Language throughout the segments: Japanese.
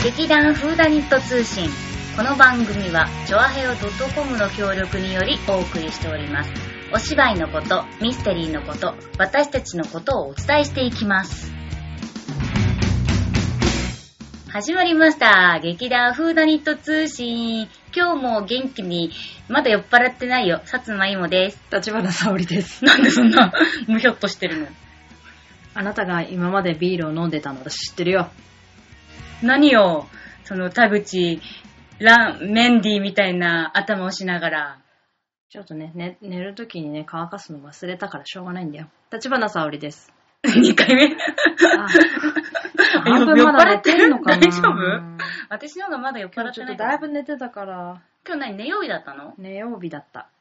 劇団フーダニット通信。この番組はチョアヘオ .com の協力によりお送りしております。お芝居のこと、ミステリーのこと、私たちのことをお伝えしていきます。始まりました。劇団フーダニット通信。今日も元気に、まだ酔っ払ってないよ。さつまいもです。 立花沙織です。 なんでそんなむひょっとしてるの？ あなたが今までビールを飲んでたの私知ってるよ。 何よ、その田口メンディーみたいな頭をしながら。 ちょっとね、寝るときにね、乾かすの忘れたからしょうがないんだよ。立花沙織です。 2回目半分まだ寝てるのかな。 大丈夫？私の方がまだ酔っ払ってない。 ちょっとだいぶ寝てたから。 今日何、寝曜日だったの？ 寝曜日だった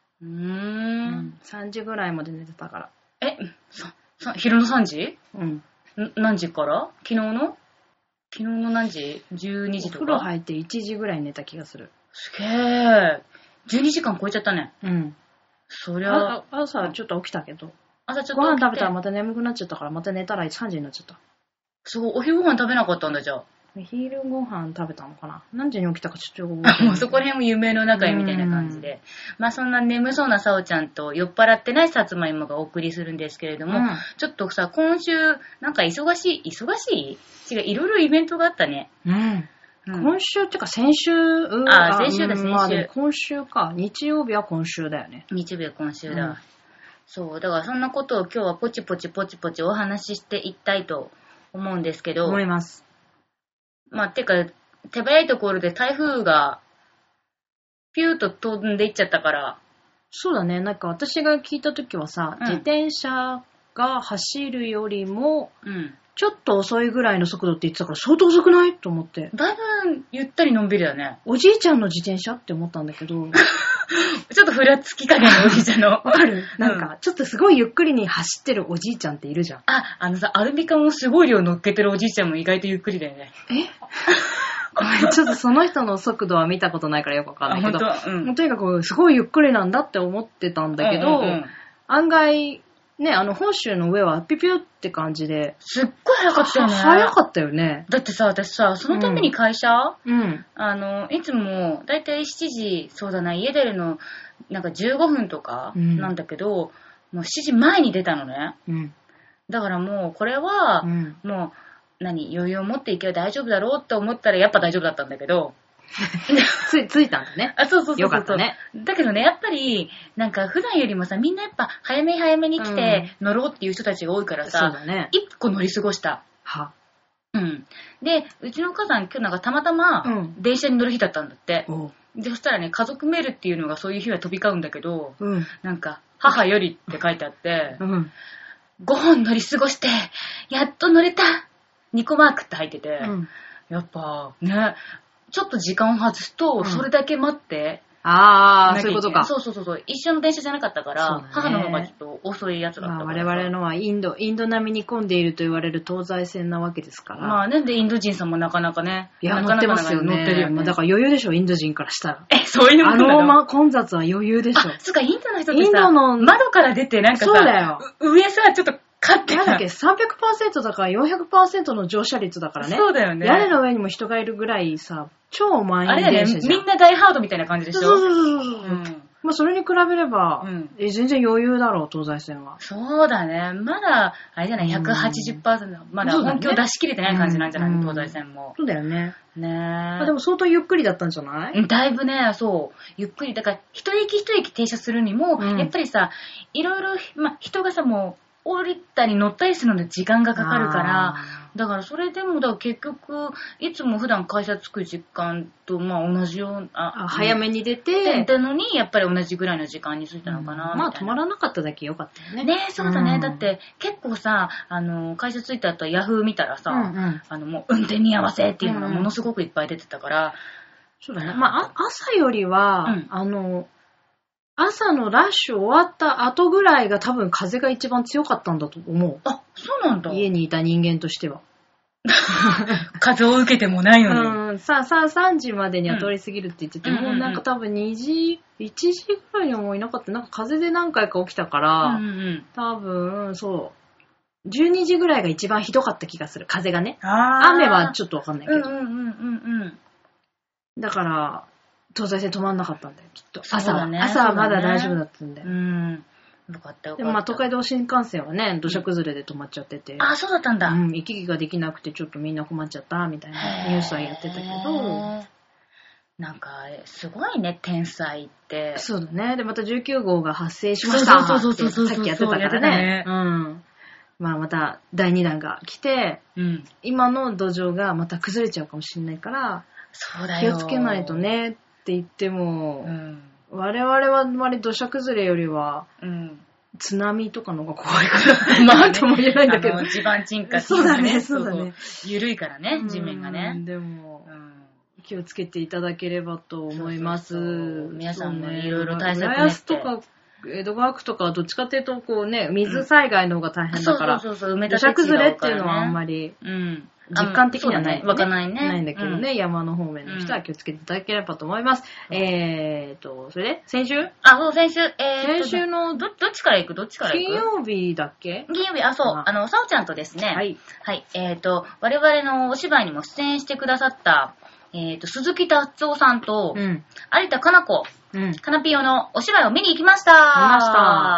。3時ぐらいまで寝てたから。 昼の3時？ うん。 何時から？昨日の何時？ 12 時とか？ お風呂入って1時ぐらい寝た気がする。 すげー。12時間超えちゃったね。 うん。 そりゃ朝ちょっと起きたけど。 朝ちょっと起きて。 ご飯食べたらまた眠くなっちゃったから、また寝たら3時になっちゃった。 そう、お昼ご飯食べなかったんだ、じゃあ。 お昼ご飯食べたのかな。何時に起きたかちょっと覚えてない。 もうそこら辺も夢の中へみたいな感じで。まあそんな眠そうなさおちゃんと酔っ払ってないさつまいもがお送りするんですけれども、ちょっとさ、今週なんか忙しい違う、いろいろイベントがあったね。 今週ってか先週。 先週だ、先週。 まあでも今週か。日曜日は今週だよね。 日曜日は今週だ。そう、だからそんなことを今日はポチポチお話ししていきたいと思うんですけど。 思います。 まあ、てか、手早いところで台風がピューと飛んでいっちゃったから。 そうだね。なんか私が聞いたときはさ、自転車が走るよりも、ちょっと遅いぐらいの速度って言ってたから相当遅くないと思って。 だいぶゆったりのんびりだね。 おじいちゃんの自転車って思ったんだけど。 ちょっとふらつき加減のおじいちゃんの。 わかる？なんか、ちょっとすごいゆっくりに走ってるおじいちゃんっているじゃん。 アルミ缶をすごい量乗っけてるおじいちゃんも意外とゆっくりだよね。 ごめん、ちょっとその人の速度は見たことないからよくわかんないけど。もうとにかくすごいゆっくりなんだって思ってたんだけど、案外、ね、本州の上はピュピュって感じで。 すっごい早かったよね。 早かったよね。 だってさ、私さ、そのために会社、いつも、だいたい7時、そうだな、家出るの、なんか15分とかなんだけど、もう7時前に出たのね。だからもう、これは、もう、余裕を持っていけば大丈夫だろうって思ったら、やっぱ大丈夫だったんだけど、 ついたんだね。 そう。 よかったね。 だけどね、やっぱり、なんか普段よりもさ、みんなやっぱ早めに来て乗ろうっていう人たちが多いからさ、一個乗り過ごした。で、うちのお母さん今日なんかたまたま電車に乗る日だったんだって。で、そしたらね、家族メールっていうのがそういう日は飛び交うんだけど、なんか、母よりって書いてあって、5本乗り過ごして、やっと乗れた !2 個マークって入ってて、やっぱね、ちょっと時間を外すと、それだけ待って、 そういうことか。 そう。一緒の電車じゃなかったから、母の方がちょっと遅いやつだったから。 我々のはインド並みに混んでいると言われる東西線なわけですから。 まあね、で、インド人さんもなかなかね。 いや、乗ってますよね。乗ってるよね。だから余裕でしょ、インド人からしたら。 そういうことなの？ 混雑は余裕でしょ。 そっか、インドの人ってさ、窓から出てなんかさ、 そうだよ。 上さ、ちょっと、 なんだっけ、300% だから 400% の乗車率だからね。 そうだよね。 屋根の上にも人がいるぐらいさ、超満員電車じゃん。 みんなダイハードみたいな感じでしょ？ そう。まあそれに比べれば、全然余裕だろう、東西線は。 そうだね。まだ、あれじゃない、180%。まだ本気を出し切れてない感じなんじゃないの、東西線も。 そうだよね。 ねでも相当ゆっくりだったんじゃない？ だいぶね、そう。ゆっくり。だから、一駅停車するにも、やっぱりさ、いろいろ、人がさ、もう、降りたり乗ったりするので時間がかかるから、だからそれでも結局いつも普段会社着く時間と同じような早めに出てたのにやっぱり同じぐらいの時間に着いたのかな、 止まらなかっただけよかったよね。 ね、そうだね。だって結構さ会社着いた後ヤフー見たらさ、もう運転見合わせっていうのがものすごくいっぱい出てたから、 そうだね。朝よりは、朝のラッシュ終わった後ぐらいが多分風が一番強かったんだと思う。 そうなんだ。 家にいた人間としては。 風を受けてもないのに。 3時までには通り過ぎるって言ってて、もうなんか多分1時ぐらいにはもういなかった。なんか風で何回か起きたから、多分、そう。 12時ぐらいが一番ひどかった気がする。風がね。雨はちょっとわかんないけど。だから、東西線止まんなかったんだよ、きっと。朝はまだ大丈夫だったんだよ。 よかったよかった。 でも東海道新幹線はね、土砂崩れで止まっちゃってて。 そうだったんだ。 行き来ができなくてちょっとみんな困っちゃった、みたいなニュースはやってたけど。 なんか、すごいね、天才って。 そうだね。で、また19号が発生しました。さっきやってたからね。また第2弾が来て、今の土壌がまた崩れちゃうかもしれないから、気をつけないとねって言っても、我々はあんまり土砂崩れよりは、津波とかの方が怖いから、なんとも言えないんだけど。 地盤沈下ってそうだね、そうだね。 緩いからね、地面がね。 でも、気をつけていただければと思います。 皆さんもいろいろ対策ね。 浦安とか江戸川区とかどっちかっていうとこうね、水災害の方が大変だから、土砂崩れっていうのはあんまり実感的にはない、 わかんないね。 ないんだけどね、山の方面の人は気をつけていただければと思います。それで先週？ そう、先週。 先週のどっちから行く金曜日だっけ？ 金曜日、そう、さおちゃんとですね、はい。我々のお芝居にも出演してくださった、鈴木達夫さんと、有田かな子、かなぴよのお芝居を見に行きました。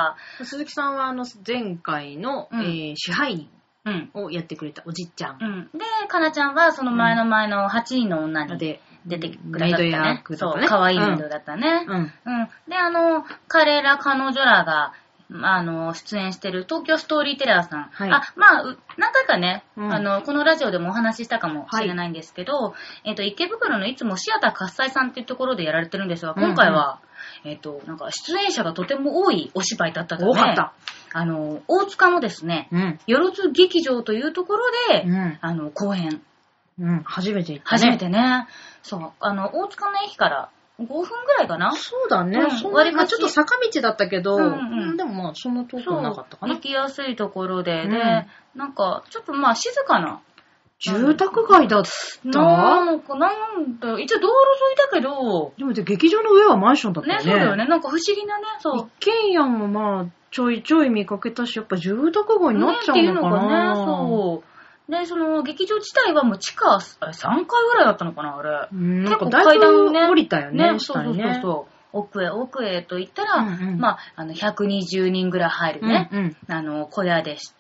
鈴木さんは前回の、支配人をやってくれたおじっちゃん。 で、かなちゃんはその前の8人の女に出てくださったね。そう、可愛いメイドだったね。で、彼ら彼女らが、出演してる東京ストーリーテラーさん。何回かね、このラジオでもお話ししたかもしれないんですけど、池袋のいつもシアター喝采さんっていうところでやられてるんですが、今回は、なんか出演者がとても多いお芝居だったため、 多かった。 大塚のですね、よろず劇場というところで、公演。 初めて行ったね。 初めてね。そう、大塚の駅から5分ぐらいかな？ そうだね。割とちょっと坂道だったけど、でもそんな遠くなかったかな。 行きやすいところで、なんか、ちょっと静かな。 住宅街だった？ なんだ、一応道路沿いだけど。 でも劇場の上はマンションだったよね。 ね、そうだよね。なんか不思議なね、そう。 一軒家もちょいちょい見かけたし、やっぱ住宅街になっちゃうのかな。 そう。で、その劇場自体はもう地下3階ぐらいだったのかな、あれ。 結構階段ね。降りたよね、 そう。奥へと言ったら、120人ぐらい入るね、小屋でして、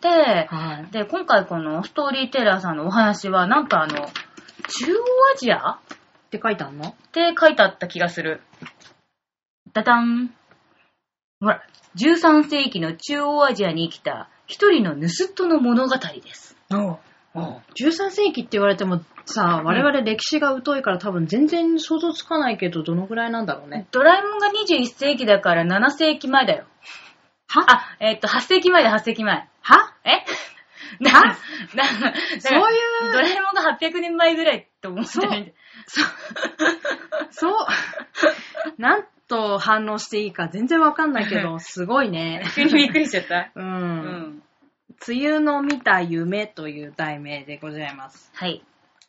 で、今回このストーリーテラーさんのお話は、なんか中央アジアって書いてあるの？ って書いてあった気がする。ダダン。ほら、13世紀の中央アジアに生きた一人の盗人の物語です。 13世紀って言われてもさ、我々歴史が疎いから多分全然想像つかないけど、どのぐらいなんだろうね。 ドラえもんが21世紀だから7世紀前だよ。8世紀前だ、8世紀前。そういう。ドラえもんが800年前ぐらいって思ってないんで。 そう。なんと反応していいか全然わかんないけど、すごいね。 急にびっくりしちゃった。 梅雨の見た夢という題名でございます。 はい。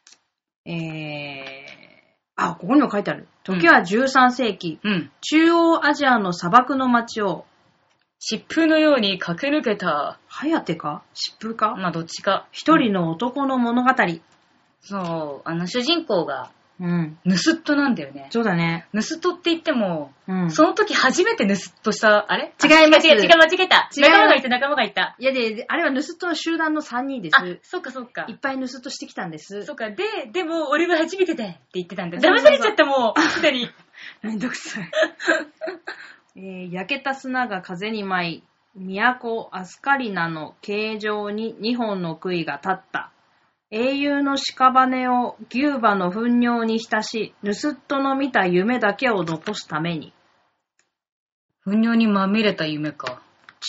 ここにも書いてある。時は13世紀、中央アジアの砂漠の街を疾風のように駆け抜けた。 颯か疾風かどっちか。 一人の男の物語。 そう、主人公が、盗人なんだよね。 そうだね。 盗人って言っても、その時初めて盗人した、あれ？ 違います。 間違えた。仲間がいた。 いやあれは盗人の集団の3人です。 そっか。 いっぱい盗人してきたんです。 そっか。でも俺は初めてだって言ってたんだ。騙されちゃったもう、すでに。 めんどくさい。焼けた砂が風に舞い、都アスカリナの形状に2本の杭が立った。英雄の屍を牛馬の糞尿に浸し、盗人の見た夢だけを残すために。 糞尿にまみれた夢か。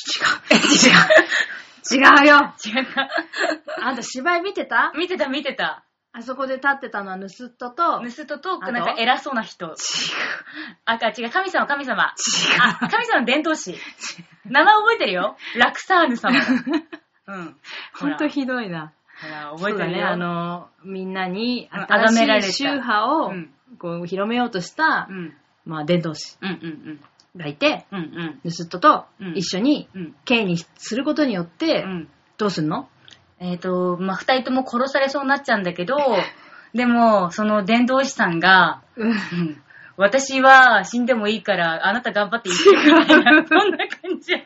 違うよ。 違った。 あんた芝居見てた？ 見てた。 あそこで立ってたのは盗人と、 なんか偉そうな人。違う。神様。 違う。 神様の伝道師。名前覚えてるよ。ラクサーヌ様。 ほんとひどいな。 覚えてるね。 みんなに新しい宗派をこう広めようとした、伝道師がいて、盗人と一緒に刑にすることによって、 どうすんの？ 二人とも殺されそうになっちゃうんだけど、でも、その伝道師さんが、私は死んでもいいから、あなた頑張って生きてみたいな、そんな感じだった。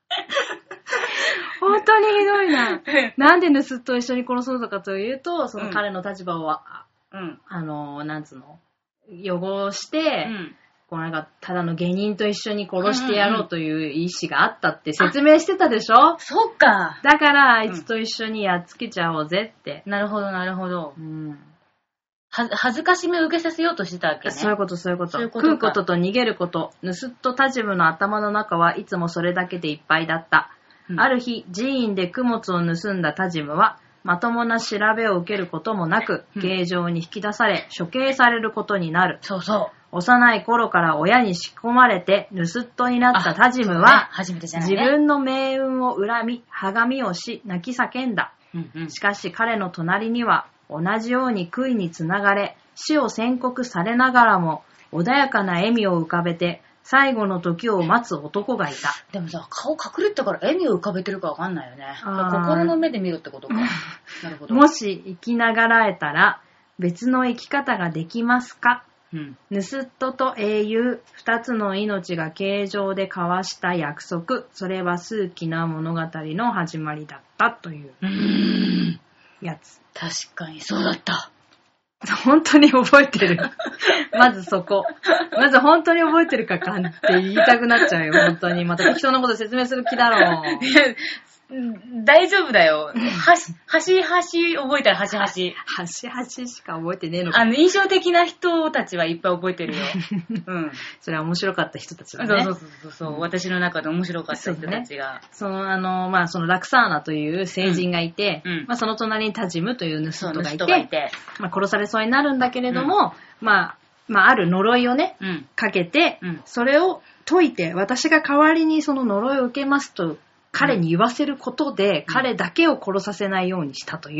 本当にひどいな。なんで盗っ人を一緒に殺そうとかというと、その彼の立場を、なんつうの、汚して、こうなんか、ただの下人と一緒に殺してやろうという意思があったって説明してたでしょ？ そっか。 だから、あいつと一緒にやっつけちゃおうぜって。 なるほど、なるほど。恥ずかしめを受けさせようとしてたわけね。 そういうこと、そういうこと。食うことと逃げること。盗っ人タジムの頭の中はいつもそれだけでいっぱいだった。ある日、寺院で供物を盗んだタジムは、まともな調べを受けることもなく、刑場に引き出され、処刑されることになる。 そうそう。 幼い頃から親に仕込まれて盗っ人になったタジムは、自分の命運を恨み、はがみをし、泣き叫んだ。しかし彼の隣には、同じように杭につながれ、死を宣告されながらも、穏やかな笑みを浮かべて、最後の時を待つ男がいた。 でもさ、顔隠れてたから笑みを浮かべてるかわかんないよね。心の目で見ろってことか。なるほど。 もし生きながらえたら、別の生き方ができますか？盗っ人と英雄、二つの命が形状で交わした約束、それは数奇な物語の始まりだったというやつ。 確かにそうだった。 本当に覚えてる。まずそこ。まず本当に覚えてるかかんって言いたくなっちゃうよ、本当に。また適当なこと説明する気だろう。 大丈夫だよ。端覚えたら端。端しか覚えてねえのか。 印象的な人たちはいっぱい覚えてるよ。 それは面白かった人たちだね。 そう。私の中で面白かった人たちが。 そのラクサーナという聖人がいて、その隣にタジムという盗人がいて、殺されそうになるんだけれども、ある呪いをね、かけて、それを解いて、私が代わりにその呪いを受けますと、彼に言わせることで、彼だけを殺させないようにしたという、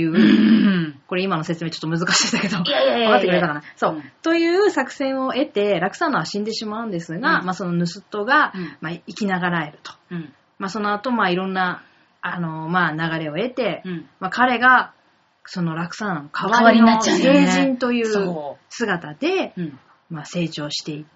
これ今の説明ちょっと難しいんだけど、分かってくれたかな。そう。という作戦を得て、ラクサーナは死んでしまうんですが、その盗人が、生きながらえると。その後、いろんな、流れを得て、彼が、そのラクサーナの代わりの聖人という姿で、成長していって、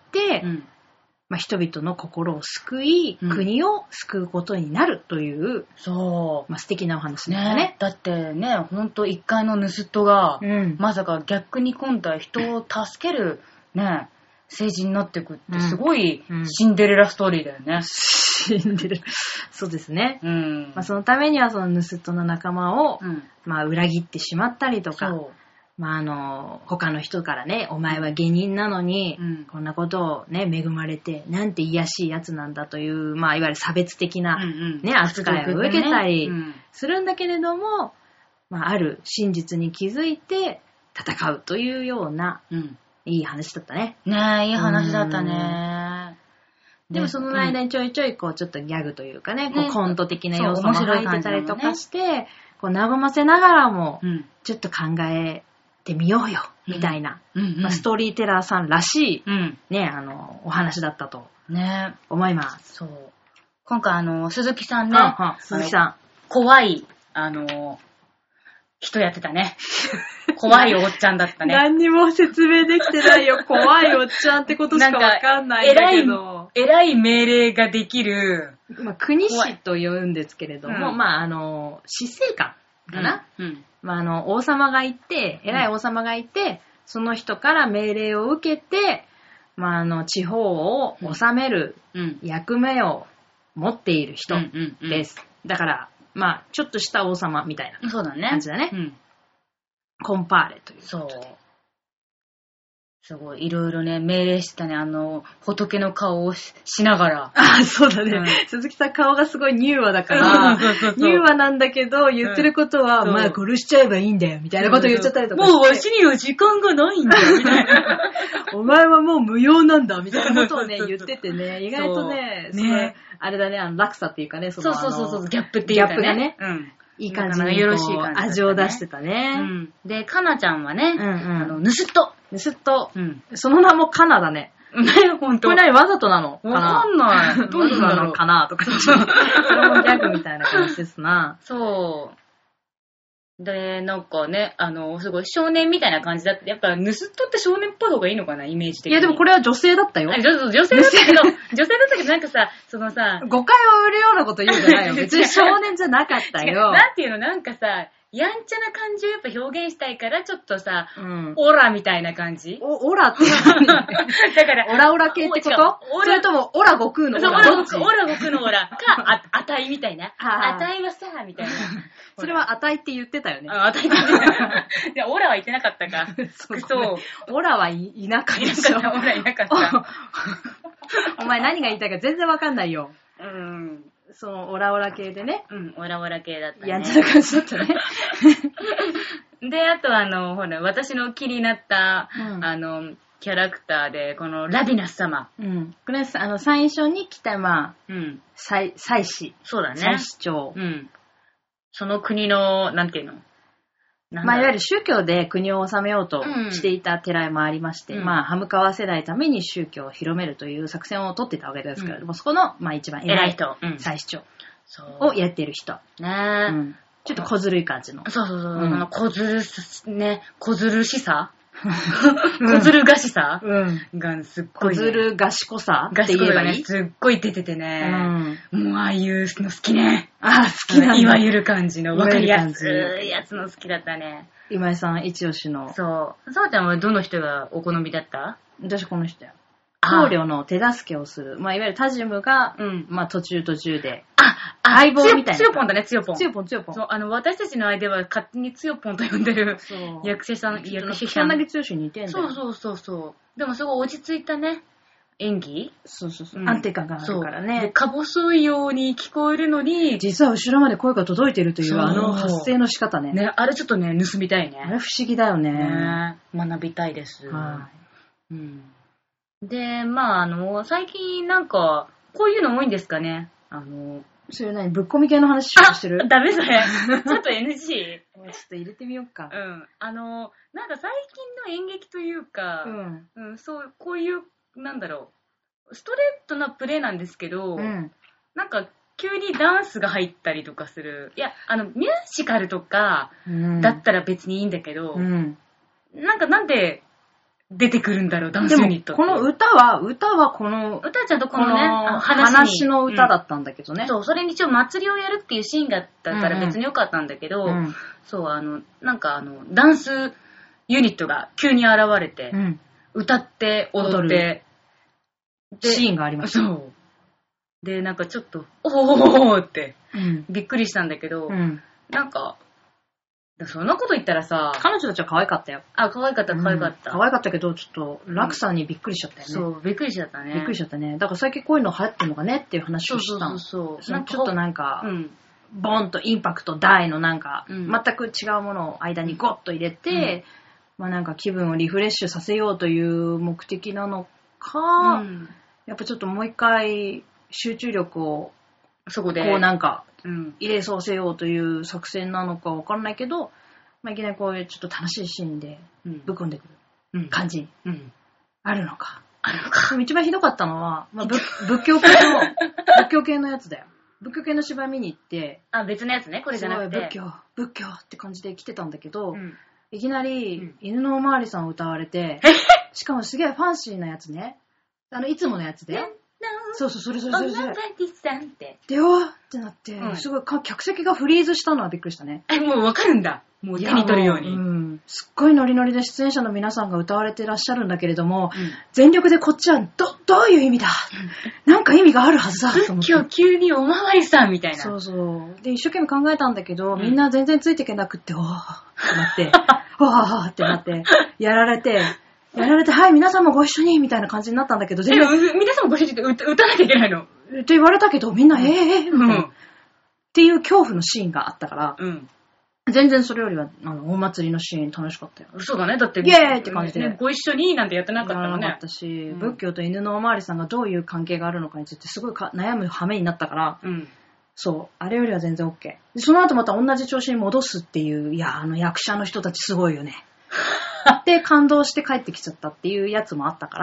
人々の心を救い、国を救うことになるという、素敵なお話だね。 だってね、ほんと一回の盗人が、まさか逆に今度は人を助ける、ね、聖人になっていくってすごいシンデレラストーリーだよね。 シンデレラ。そうですね。そのためにはその盗人の仲間を、裏切ってしまったりとか、他の人からね、お前は下人なのに、こんなことをね、恵まれて、なんて癒やしいやつなんだという、いわゆる差別的な、扱いを受けたりするんだけれども、ある真実に気づいて戦うというような、いい話だったね。 ねえ、いい話だったね。 でもその間にちょいちょい、ちょっとギャグというかね、コント的な要素も入ってたりとかして、和ませながらも、ちょっと考えてみようよ、みたいな、ストーリーテラーさんらしい、お話だったと思います。 そう。今回鈴木さんね、 鈴木さん。 怖い、人やってたね。怖いおっちゃんだったね。 何にも説明できてないよ。怖いおっちゃんってことしかわかんないんだけど。 偉い命令ができる。 国司と言うんですけれども、死生官かな。王様がいて、偉い王様がいて、その人から命令を受けて、地方を治める役目を持っている人です。だから、ちょっとした王様みたいな感じだね。コンパーレという。 そう。すごい、いろいろね、命令してたね、仏の顔を しながら。 そうだね。鈴木さん顔がすごい柔和だから、柔和なんだけど、言ってることは、殺しちゃえばいいんだよ、みたいなこと言っちゃったりとかして。 もうわしには時間がないんだよ、みたいな。 お前はもう無用なんだ、みたいなことをね、言っててね、意外とね、あれだね、落差っていうかね、 そう、ギャップっていうかね。 ギャップがね。いい感じに味を出してたね。 で、かなちゃんはね、盗っ人。 その名もカナだね。 ほんと。 これ何わざとなのかな？ わかんない。 どうなのかなとか。それもギャグみたいな感じですな。 そう。で、なんかね、すごい少年みたいな感じだって、やっぱ、盗っ人って少年っぽい方がいいのかな、イメージ的に。 いや、でもこれは女性だったよ。 女性だったけど、なんかさ、 誤解を売るようなこと言うんじゃないよ。別に少年じゃなかったよ。 なんていうの、なんかさ、やんちゃな感じをやっぱ表現したいから、ちょっとさ、オラみたいな感じ。 オラって何？だから、オラオラ系ってこと？それとも、オラ悟空のオラ？どっち？ オラ悟空のオラか、あたいみたいな。あたいはさ、みたいな。 それはあたいって言ってたよね。 あたいって言ってた。いや、オラは言ってなかったか。 そう。オラはいなかったでしょ。 オラいなかった。 お前何が言いたいか全然わかんないよ。そのオラオラ系でね。 オラオラ系だったね。 やんちゃな感じだったね。 で、あとほら、私の気になった、キャラクターで、このラディナス様。 これ、最初に来た、祭司。 そうだね。 祭司長。 その国の、なんていうの？ いわゆる宗教で国を治めようとしていた寺もありまして、歯向かわせないために宗教を広めるという作戦を取ってたわけですけれども、そこの、一番偉い人、祭司長をやっている人。ね、ちょっと小ずるい感じの。 そう。小ずるしさ小ずる賢さがすっごい、 小ずる賢さって言えばいい？ すっごい出ててね。もうああいうの好きね。 好きなんだ。 いわゆる感じの分かりやすいやつの好きだったね。 今井さん一押しの。 そう。さわちゃんはどの人がお好みだった？ 私この人や。僧侶の手助けをする。いわゆるタジムが、途中で。相棒みたいな。 つよぽんだね、つよぽん。 つよぽん。そう、 私たちの間は勝手につよぽんと呼んでる役者さん。 草薙剛に似てんだよ。 そう。でもすごい落ち着いたね、演技？ そう。安定感があるからね。 か細いように聞こえるのに、 実は後ろまで声が届いてるという発声の仕方ね。 ね、あれちょっとね、盗みたいね。 あれ不思議だよね。 学びたいです。で、最近なんか、こういうの多いんですかね。 それぶっ込み系の話しようとしてる？ ダメそれ。ちょっと NG。 ちょっと入れてみようか。 なんか最近の演劇というか、こういう、ストレートなプレーなんですけど、なんか急にダンスが入ったりとかする。いや、ミュージカルとかだったら別にいいんだけど、なんで、出てくるんだろう、ダンスユニットって。 この歌はこの、 歌はちゃんとこのね、 話の歌だったんだけどね。 そう、それに一応祭りをやるっていうシーンだったから別に良かったんだけど、そう、ダンスユニットが急に現れて、歌って踊って、 シーンがありました。 そう。で、なんかちょっと、おーって、びっくりしたんだけど、なんか、そんなこと言ったらさ、 彼女たちは可愛かったよ。 可愛かった。可愛かったけど、ちょっと、落差にびっくりしちゃったよね。 そう、びっくりしちゃったね。 びっくりしちゃったね。だから最近こういうの流行ってるのかねっていう話をしたの。 そう。 ちょっとなんか、ボンとインパクト大のなんか、全く違うものを間にゴッと入れて、なんか気分をリフレッシュさせようという目的なのか、やっぱちょっともう一回集中力を、 そこで、 こうなんか、入れそうせようという作戦なのかわかんないけど、いきなりこういうちょっと楽しいシーンでぶっ込んでくる感じ、あるのか。でも一番ひどかったのは、仏教系のやつだよ。仏教系の芝居見に行って、 別のやつね、これじゃなくて。 仏教って感じで来てたんだけど、いきなり犬のおまわりさんを歌われて、しかもすげえファンシーなやつね。いつものやつだよ。そう、それ。でよってなって、すごい客席がフリーズしたのはびっくりしたね。 もうわかるんだ。もう手に取るように。 すっごいノリノリで出演者の皆さんが歌われてらっしゃるんだけれども、全力でこっちはどういう意味だなんか意味があるはずだと思って。 今日急におまわりさんみたいな。 そう。で、一生懸命考えたんだけど、みんな全然ついていけなくって、わーってなって、わーってなって、やられて、はい、皆さんもご一緒にみたいな感じになったんだけど、 皆さんもご一緒に歌わなきゃいけないのって言われたけど、みんな、みたいな。っていう恐怖のシーンがあったから、全然それよりはお祭りのシーン楽しかったよ。 そうだね。だって、 イエーイって感じで。 ご一緒になんてやってなかったのね。 なかったし、仏教と犬のおまわりさんがどういう関係があるのかについてすごい悩む羽目になったから、そう、あれよりは全然 OK。その後また同じ調子に戻すっていう、いや、役者の人たちすごいよね。 で、感動して帰ってきちゃったっていうやつもあったから、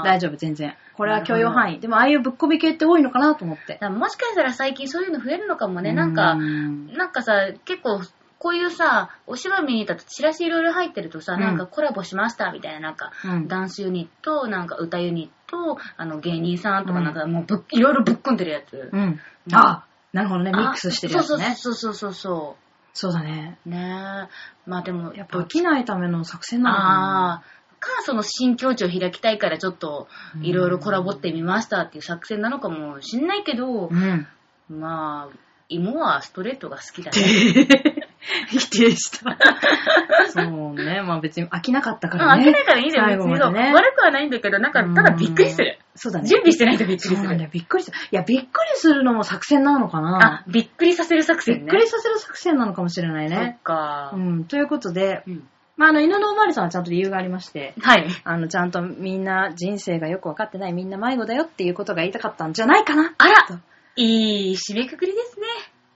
大丈夫、全然。これは許容範囲。でも、ああいうぶっこび系って多いのかなと思って。 もしかしたら最近そういうの増えるのかもね。なんかさ、結構、こういうさ、お芝居見に行ったとチラシいろいろ入ってるとさ、なんかコラボしましたみたいな、なんか、ダンスユニット、なんか歌ユニット、芸人さんとかなんかもういろいろぶっ込んでるやつ。 なるほどね、ミックスしてるやつね。 そう。 そうだね。 ねえ。まあでも。 やっぱ起きないための作戦なのかな。 その新境地を開きたいからちょっといろいろコラボってみましたっていう作戦なのかもしんないけど、まあ、芋はストレートが好きだね。 否定した。そうね。まあ別に飽きなかったからね。 飽きないからいいんだよ、別に。悪くはないんだけど、なんか、ただびっくりする。 そうだね。 準備してないとびっくりする。 そうなんだよ、びっくりする。いや、びっくりするのも作戦なのかな。 びっくりさせる作戦ね。 びっくりさせる作戦なのかもしれないね。 そっか。 ということで、まあ、犬のおまわりさんはちゃんと理由がありまして、 はい。 ちゃんとみんな人生がよくわかってない、みんな迷子だよっていうことが言いたかったんじゃないかな。 あら、いい締めくくりですね。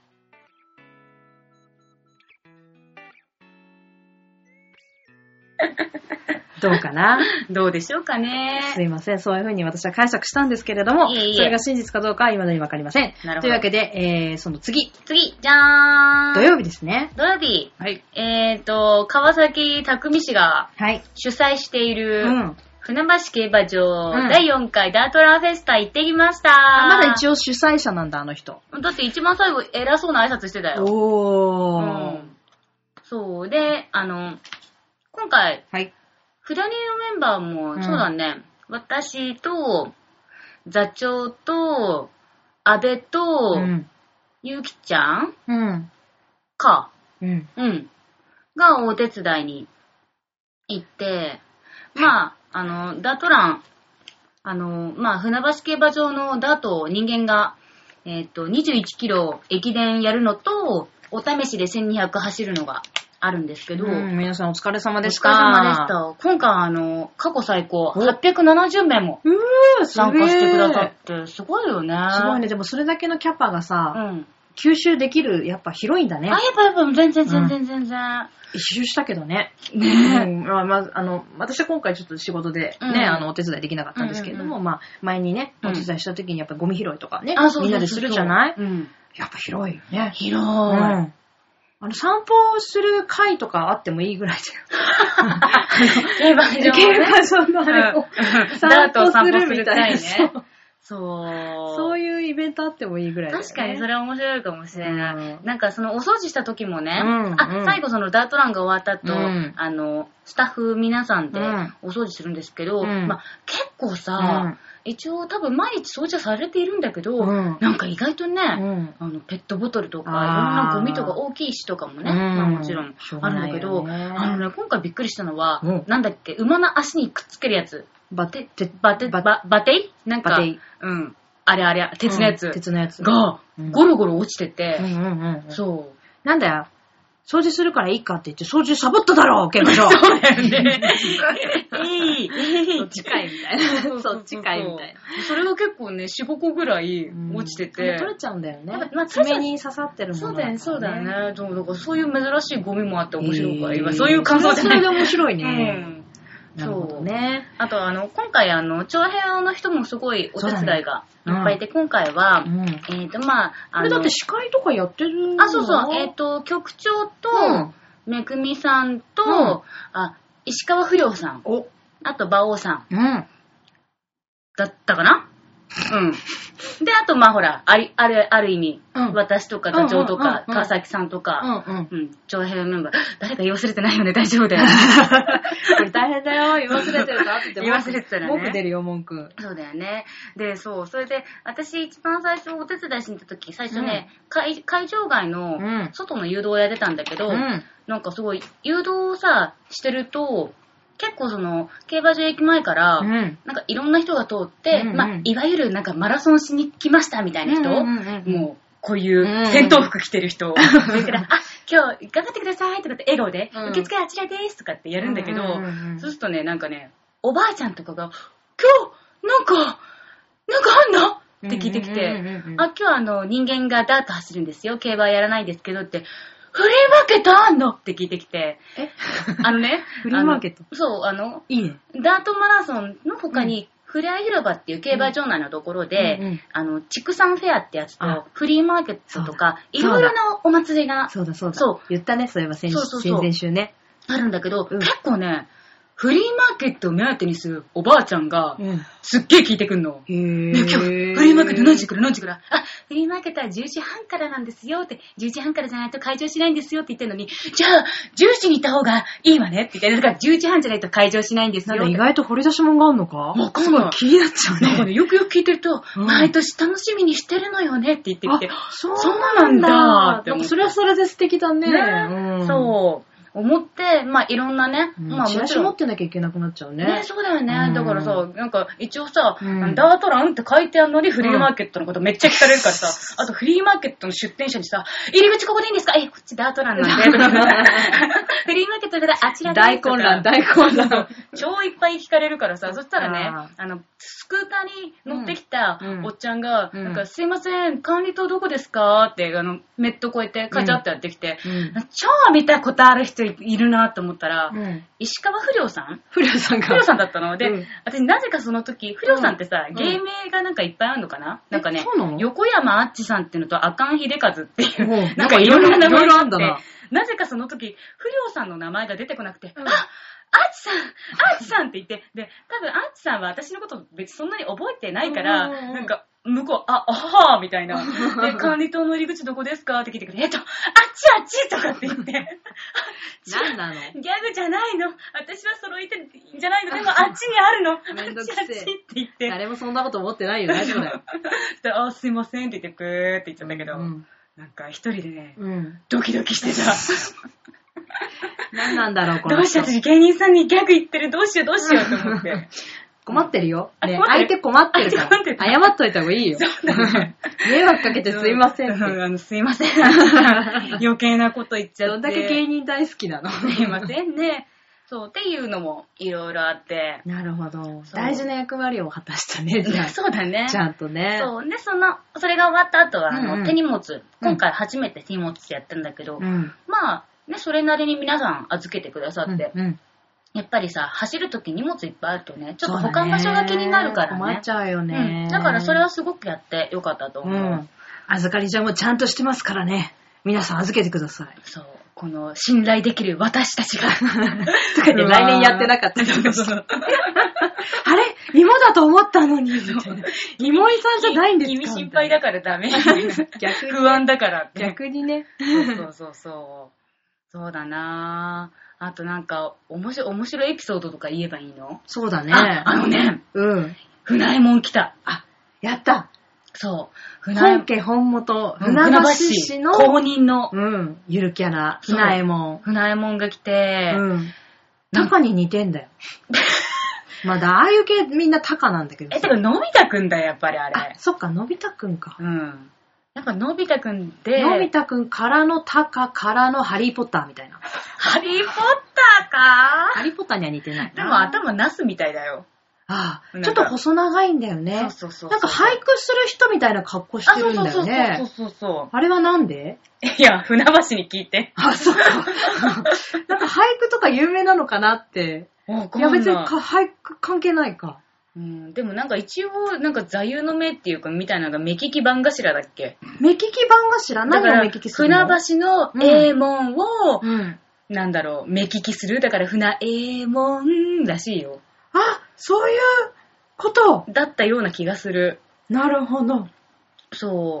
どうかな？ どうでしょうかね。 すいません。そういう風に私は解釈したんですけれども、それが真実かどうかは未だにわかりません。なるほど。というわけで、その次。 じゃーん。 土曜日ですね。 土曜日。 はい。 川崎匠市が主催している、船橋競馬場、第4回ダートランフェスタ行ってきました。 まだ一応主催者なんだ、あの人。 だって一番最後偉そうな挨拶してたよ。そう。で、今回、フダニーのメンバーも、そうだね、私と、座長と、安倍と、ゆうきちゃんか。がお手伝いに行って、まあ、ダートラン、船橋競馬場のダートを人間が、21キロ駅伝やるのと、お試しで1200走るのがあるんですけど、 皆さんお疲れ様でした。 お疲れ様でした。今回過去最高870名も参加してくださって、すごいよね。 すごいね。でもそれだけのキャパがさ、吸収できる、やっぱ広いんだね。 やっぱ、全然。 一周したけどね。私は今回ちょっと仕事でね、お手伝いできなかったんですけれども、前にね、お手伝いした時にやっぱりゴミ拾いとかね、みんなでするじゃない？やっぱ広いよね。 広い。 散歩する会とかあってもいいぐらいだよ。 競馬場のあれを散歩するみたいね。 そういうイベントあってもいいぐらいだよね。 確かにそれは面白いかもしれない。なんかそのお掃除した時もね、最後そのダートランが終わった後、スタッフ皆さんでお掃除するんですけど、結構さ、一応多分毎日掃除はされているんだけど、なんか意外とね、ペットボトルとか、いろんなゴミとか大きい石とかもね、もちろんあるんだけど、今回びっくりしたのは、なんだっけ、馬の足にくっつけるやつ。バテイなんか、あれ、鉄のやつ。が、ゴロゴロ落ちてて、そう。 なんだよ。掃除するからいいかって言って、掃除サボっただろ、競馬場。 そうだよね。 そっちかいみたいな。そっちかいみたいな。 それが結構ね、4、5個ぐらい落ちてて。 取れちゃうんだよね。爪に刺さってるもの。 そうだよね。だからそういう珍しいゴミもあって面白いから、そういう感想じゃない。 それで面白いね。 そうね。あと今回長編の人もすごいお手伝いがいっぱいいて、今回は、 これだって司会とかやってるの？ そう。局長と、めぐみさんと、石川不良さん。あと、馬王さん。だったかな？で、あと、ほら、ある意味、私とか、座長とか、川崎さんとか、長編メンバー、誰か言い忘れてないよね、大丈夫だよ。 これ大変だよ、言い忘れてるかって言い忘れてたらね。 文句出るよ、文句。 そうだよね。で、それで、私一番最初お手伝いしに行った時、最初ね、会場外の外の誘導をやってたんだけど、なんかすごい、誘導をしてると、結構競馬場駅前から、なんかいろんな人が通って、いわゆるなんかマラソンしに来ましたみたいな人、もう、こういう戦闘服着てる人、それから、今日頑張ってくださいとかって笑顔で、受付あちらですとかってやるんだけど、そうするとね、なんかね、おばあちゃんとかが、今日、なんかあんのって聞いてきて、今日人間がダート走るんですよ、競馬やらないですけどって、 フリーマーケットあんのって聞いてきて。フリーマーケットそう、 いいね。 ダートマラソンの他に、フレア広場っていう競馬場内のところで、畜産フェアってやつと、フリーマーケットとか、いろいろなお祭りが。 そう。言ったね、そういえば先々週ね。 あるんだけど、結構ね、フリーマーケットを目当てにするおばあちゃんが、すっげえ聞いてくんの。ね、今日、フリーマーケット何時からフリーマーケットは10時半からなんですよって、10時半からじゃないと開場しないんですよって言ってるのに、じゃあ、10時に行った方がいいわねって言って、だから10時半じゃないと開場しないんですよ。 なんか意外と掘り出し物があるのかわかんない。 気になっちゃうね。 なんかね、よくよく聞いてると、毎年楽しみにしてるのよねって言ってきて、 そうなんだって思って。それはそれで素敵だね。 そう。思って、いろんなね、 チラシ持ってなきゃいけなくなっちゃうね。 ね、そうだよね。だからさ、なんか一応さ、ダートランって書いてあるのにフリーマーケットのことめっちゃ聞かれるからさ、あとフリーマーケットの出店者にさ、入り口ここでいいんですか？こっちダートランなんで。フリーマーケットだからあちらで。 大混乱。 超いっぱい聞かれるからさ、そしたらね、スクーターに乗ってきたおっちゃんが、なんかすいません、管理棟どこですかって、メットこうやってカチャってやってきて、超見たことある人いるなと思ったら、石川不良さんだったので、私なぜかその時、不良さんってさ、芸名がなんかいっぱいあるのかな、なんかね、横山あっちさんっていうのと赤ん秀和っていう、なんかいろいろな名前があって、なぜかその時、不良さんの名前が出てこなくて、あっちさんって言って、で、多分あっちさんは私のこと別にそんなに覚えてないから、なんか、向こう、あはーみたいな。で、管理棟の入り口どこですかって聞いてくれ。あっちとかって言って。 何なの？ ギャグじゃないの。私は揃えてんじゃないの。でもあっちにあるの。 めんどくせえ。 あっちって言って。 誰もそんなこと思ってないよ。大丈夫だよ。 あ、すいませんって言って、くーって言っちゃったけど、なんか一人でね、ドキドキしてた。 何なんだろう、これ。 どうしよう、私芸人さんにギャグ言ってる。どうしようと思って。 困ってるよ。ね、相手困ってるから。謝っといた方がいいよ。迷惑かけてすいません。 すいません。余計なこと言っちゃって。 どんだけ芸人大好きなの？ すいませんね。そう、っていうのもいろいろあって。 なるほど。大事な役割を果たしたね、じゃあ。 そうだね。 ちゃんとね。 そう。で、それが終わった後は、手荷物、今回初めて手荷物やったんだけど、それなりに皆さん預けてくださって。やっぱりさ、走るとき荷物いっぱいあるとね、ちょっと保管場所が気になるからね。 困っちゃうよね。 だからそれはすごくやってよかったと思う。 預かり所もちゃんとしてますからね。皆さん預けてください。 そう。この信頼できる私たちが。 とかで来年やってなかったりとかして。あれ芋だと思ったのに。みたいな。芋井さんじゃないんですか？ 君心配だからダメ。逆に不安だからって。 逆にね。 そう。そうだなぁ。あとなんか、面白いエピソードとか言えばいいの？ そうだね。 船右衛門来た。 やった。 そう。 本家本元、船橋市の公認の、 ゆるキャラ、船右衛門。 船右衛門が来て、 タカに似てんだよ。まだ、ああいう系みんなタカなんだけど。 てか、のび太くんだよ、やっぱりあれ。 そっか、のび太くんか。 やっぱのび太くんで。 のび太くんからのタカからのハリーポッターみたいな。 ハリーポッターか？ ハリーポッターには似てない。 でも頭ナスみたいだよ。 ちょっと細長いんだよね。そう。なんか俳句する人みたいな格好してるんだよね。 そう。 あれはなんで？ いや、船橋に聞いて。 そっか。なんか俳句とか有名なのかなって。いや別に俳句関係ないか。 でもなんか一応、なんか座右の銘っていうかみたいなのが目利き番頭だっけ？ 目利き番頭？何を目利きするの？ 船橋の右衛門を、なんだろう、目利きする。だから船右衛門らしいよ。 そういうことだったような気がする。 なるほど。 そう。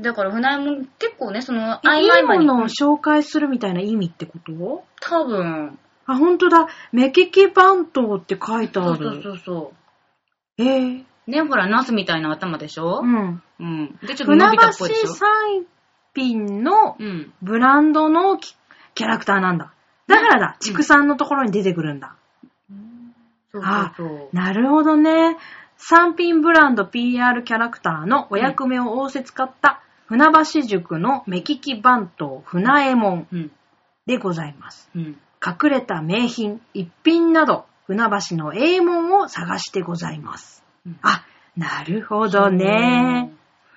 だから船右衛門結構ね、そのいいものを紹介するみたいな意味ってこと？ 多分。 ほんとだ。目利き番頭って書いてある。 そう。 ね、 ほら、ナスみたいな頭でしょ？ で、ちょっとのび太っぽいでしょ？船橋産品のブランドのキャラクターなんだ。だからだ、畜産のところに出てくるんだ。 そう。 なるほどね。産品ブランド PR キャラクターのお役目を仰せ使った船橋塾の目利き番頭船右衛門でございます。隠れた名品、一品など、船橋の右衛門を探してございます。なるほどね。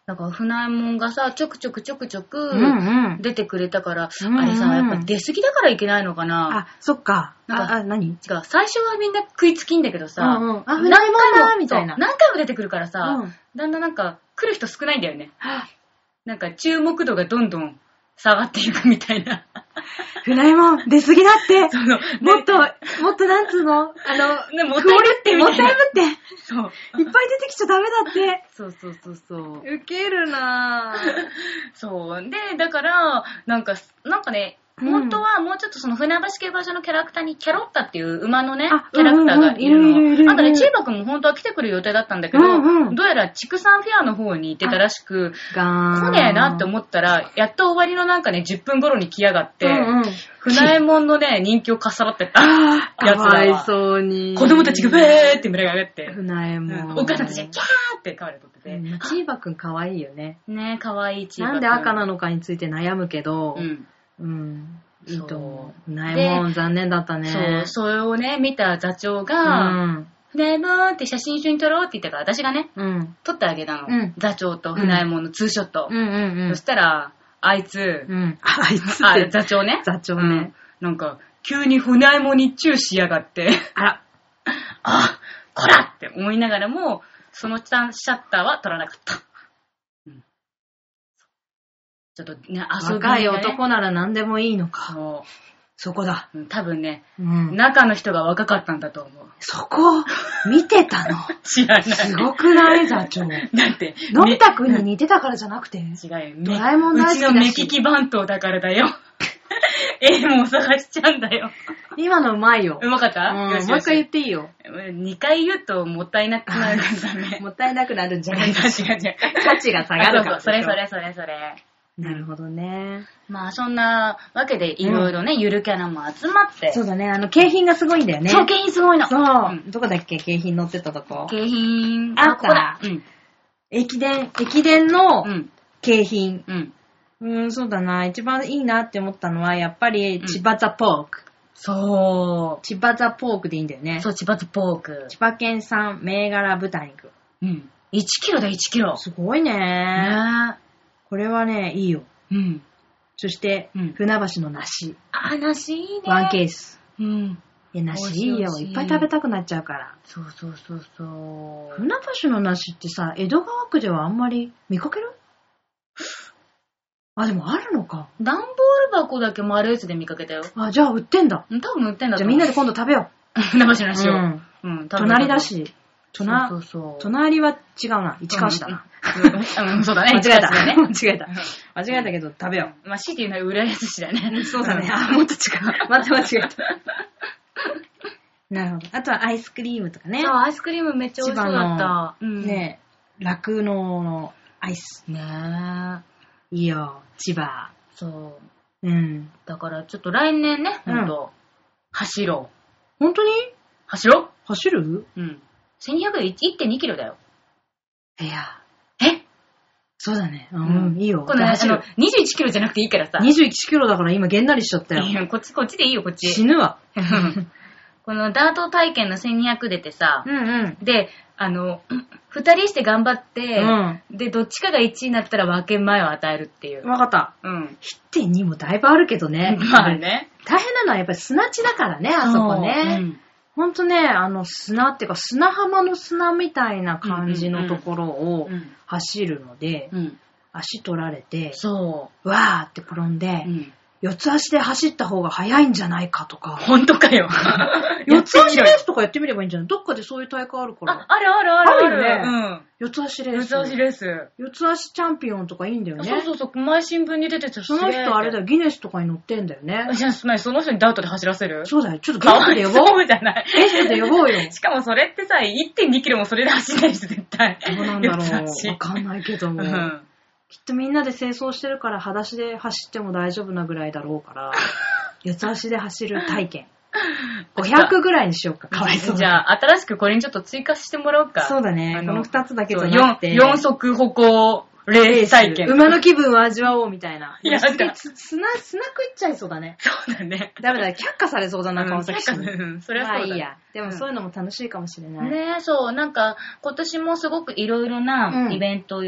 だから船右衛門がさ、ちょくちょく出てくれたから、あれさ、やっぱ出過ぎだからいけないのかな。 あ、そっか。何？違う。 最初はみんな食いつきんだけどさ、 船右衛門だみたいな。 何回も出てくるからさ、だんだんなんか来る人少ないんだよね。なんか注目度がどんどん下がっていくみたいな。 船右衛門、出過ぎだって。もっとなんつうのもったいぶってみたいな。もったいぶって。そう。いっぱい出てきちゃダメだって。 そう。 ウケるなぁ。 そう。で、だから、なんかね、本当はもうちょっとその船橋競馬場のキャラクターにキャロッタっていう馬のね、キャラクターがいるの。あとね、チーバくんも本当は来てくる予定だったんだけど、どうやら畜産フェアの方に行ってたらしく、来ねえなって思ったら、やっと終わりのなんかね、10分頃に来やがって、船右衛門のね、人気をかっさらってったやつらは。 かわいそうに。 子供たちがブーって群がって。 船右衛門。 お母さんたちがキャーって飼われとってて。 チーバくんかわいいよね。 ね、かわいいチーバくん。 なんで赤なのかについて悩むけど、いいと思う。船右衛門残念だったね。 それをね、見た座長が、船右衛門って写真一緒に撮ろうって言ったから、私がね、撮ってあげたの。座長と船右衛門のツーショット。そしたら、あいつ、座長ね。 座長ね。 なんか、急に船右衛門にチューしやがって、こらって思いながらも、そのシャッターは撮らなかった。ちょっとね、遊びがね。 若い男なら何でもいいのか。そこだ。 多分ね、中の人が若かったんだと思う。 そこ、見てたの？ 知らない。 すごくない座長。だって、のび太くんに似てたからじゃなくて。違うよ。 ドラえもん大好きだし。 うちの目利き番頭だからだよ。もう探しちゃうんだよ。 今のうまいよ。 うまかった？ もう一回言っていいよ。 2回言うともったいなくなるからね。 もったいなくなるんじゃない？違う。価値が下がるから。 それ。 なるほどね。 まあそんなわけでいろいろね、ゆるキャラも集まって。 そうだね、景品がすごいんだよね。 そう、景品すごいの。 そう。どこだっけ、景品載ってたとこ。 景品、 あった。駅伝の景品。そうだな。一番いいなって思ったのは、やっぱり、千葉ザポーク。 そう。 千葉ザポークでいいんだよね。 そう、千葉ザポーク。 千葉県産銘柄豚肉。 1キロだ、1キロ。 すごいね。これはね、いいよ。そして、船橋の梨。 梨いいね。 ワンケース。梨いいよ。いっぱい食べたくなっちゃうから。 そう。 船橋の梨ってさ、江戸川区ではあんまり見かける？でもあるのか。 段ボール箱だけ丸いつで見かけたよ。 じゃあ売ってんだ。 多分売ってんだと思う。 じゃあみんなで今度食べよう。船橋の梨を。 隣だし。 そう。 隣は違うな。市川市だな。 そうだね。 間違えたけど食べよう。市っていうのは浦安市だね。 そうだね。もっと違う。また間違えた。なるほど。あとはアイスクリームとかね。 そう、アイスクリームめっちゃ美味しそうだった。 ねえ、酪農のアイス。 ねえ。 いいよ、千葉。 そう。だからちょっと来年ね、ほんと、走ろう。本当に？ 走ろう？ 走る ？1200で 1.2 キロだよ。 そうだね。いいよ。 この21キロじゃなくていいからさ。 21キロだから今げんなりしちゃったよ。 いや、こっちでいいよ、こっち。 死ぬわ。 このダート体験の1200出てさ、で、二人して頑張って、で、どっちかが1位になったら分け前を与えるっていう。 わかった。1.2 もだいぶあるけどね。 まあね。 大変なのはやっぱり砂地だからね、あそこね。ほんとね、砂っていうか砂浜の砂みたいな感じのところを走るので、足取られて、わーって転んで、四つ足で走った方が早いんじゃないかとか。 ほんとかよ。 四つ足レースとかやってみればいいんじゃない？どっかでそういう大会あるから。 あるよね。四つ足レース。四つ足チャンピオンとかいいんだよね。 そう。前新聞に出てた。 その人あれだよ、ギネスとかに載ってんだよね。 じゃあ、その人にダートで走らせる？ そうだよ。ちょっとゲストで呼ぼう。 そうじゃない。 ゲストで呼ぼうよ。 しかもそれってさ、1.2 キロもそれで走んないし、絶対。 どうなんだろう。わかんないけども。きっとみんなで清掃してるから裸足で走っても大丈夫なぐらいだろうから、四つ足で走る体験。500ぐらいにしようか。かわいそう。 じゃあ、新しくこれにちょっと追加してもらおうか。 そうだね。この2つだけじゃなくて。 4足歩行レース体験。 馬の気分を味わおうみたいな。 いや、 砂食っちゃいそうだね。 そうだね。 ダメだ、却下されそうだな、川崎市。 それはそうだ。 いいや。でもそういうのも楽しいかもしれない。 ねえ、そう。なんか、今年もすごくいろいろなイベント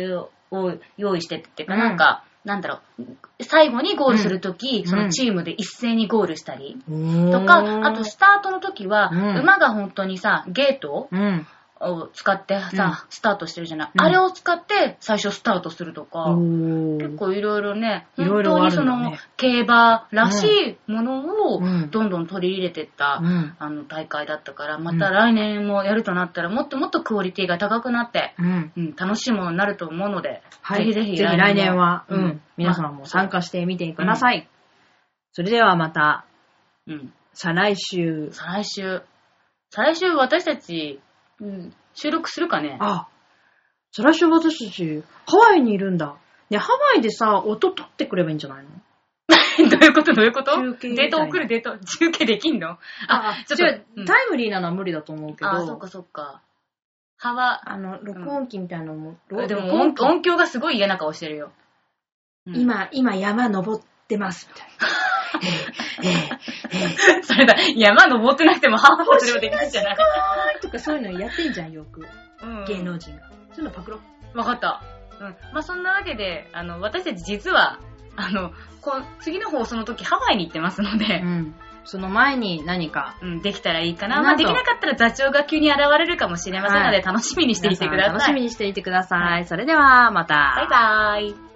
を用意してっていうか、なんか、なんだろう、最後にゴールするとき、そのチームで一斉にゴールしたり、とか、あとスタートのときは、馬が本当にさ、ゲートを使ってさ、スタートしてるじゃない。あれを使って最初スタートするとか、結構いろいろね、本当にその競馬らしいものをどんどん取り入れてった、大会だったから、また来年もやるとなったらもっともっとクオリティが高くなって、楽しいものになると思うので、ぜひぜひ来年は、皆さんも参加してみてください。それではまた、再来週私たち、収録するかね。 再来週私たち、ハワイにいるんだ。ね、ハワイでさ、音取ってくればいいんじゃないの？ どういうこと中継できんの？ ちょっと、タイムリーなのは無理だと思うけど。 そっか。 録音機みたいなのも。 でも音響がすごい嫌な顔してるよ。 今山登ってます、みたいな。 それだ、山登ってなくてもハーフそれはできるんじゃないとかそういうのやってんじゃん、よく。芸能人が。そういうのパクロ。 わかった。そんなわけで、私たち実は、次の放送の時ハワイに行ってますので、 その前に何か、 できたらいいかな。できなかったら座長が急に現れるかもしれませんので、楽しみにしていてください。 楽しみにしていてください。それでは、また。 バイバーイ。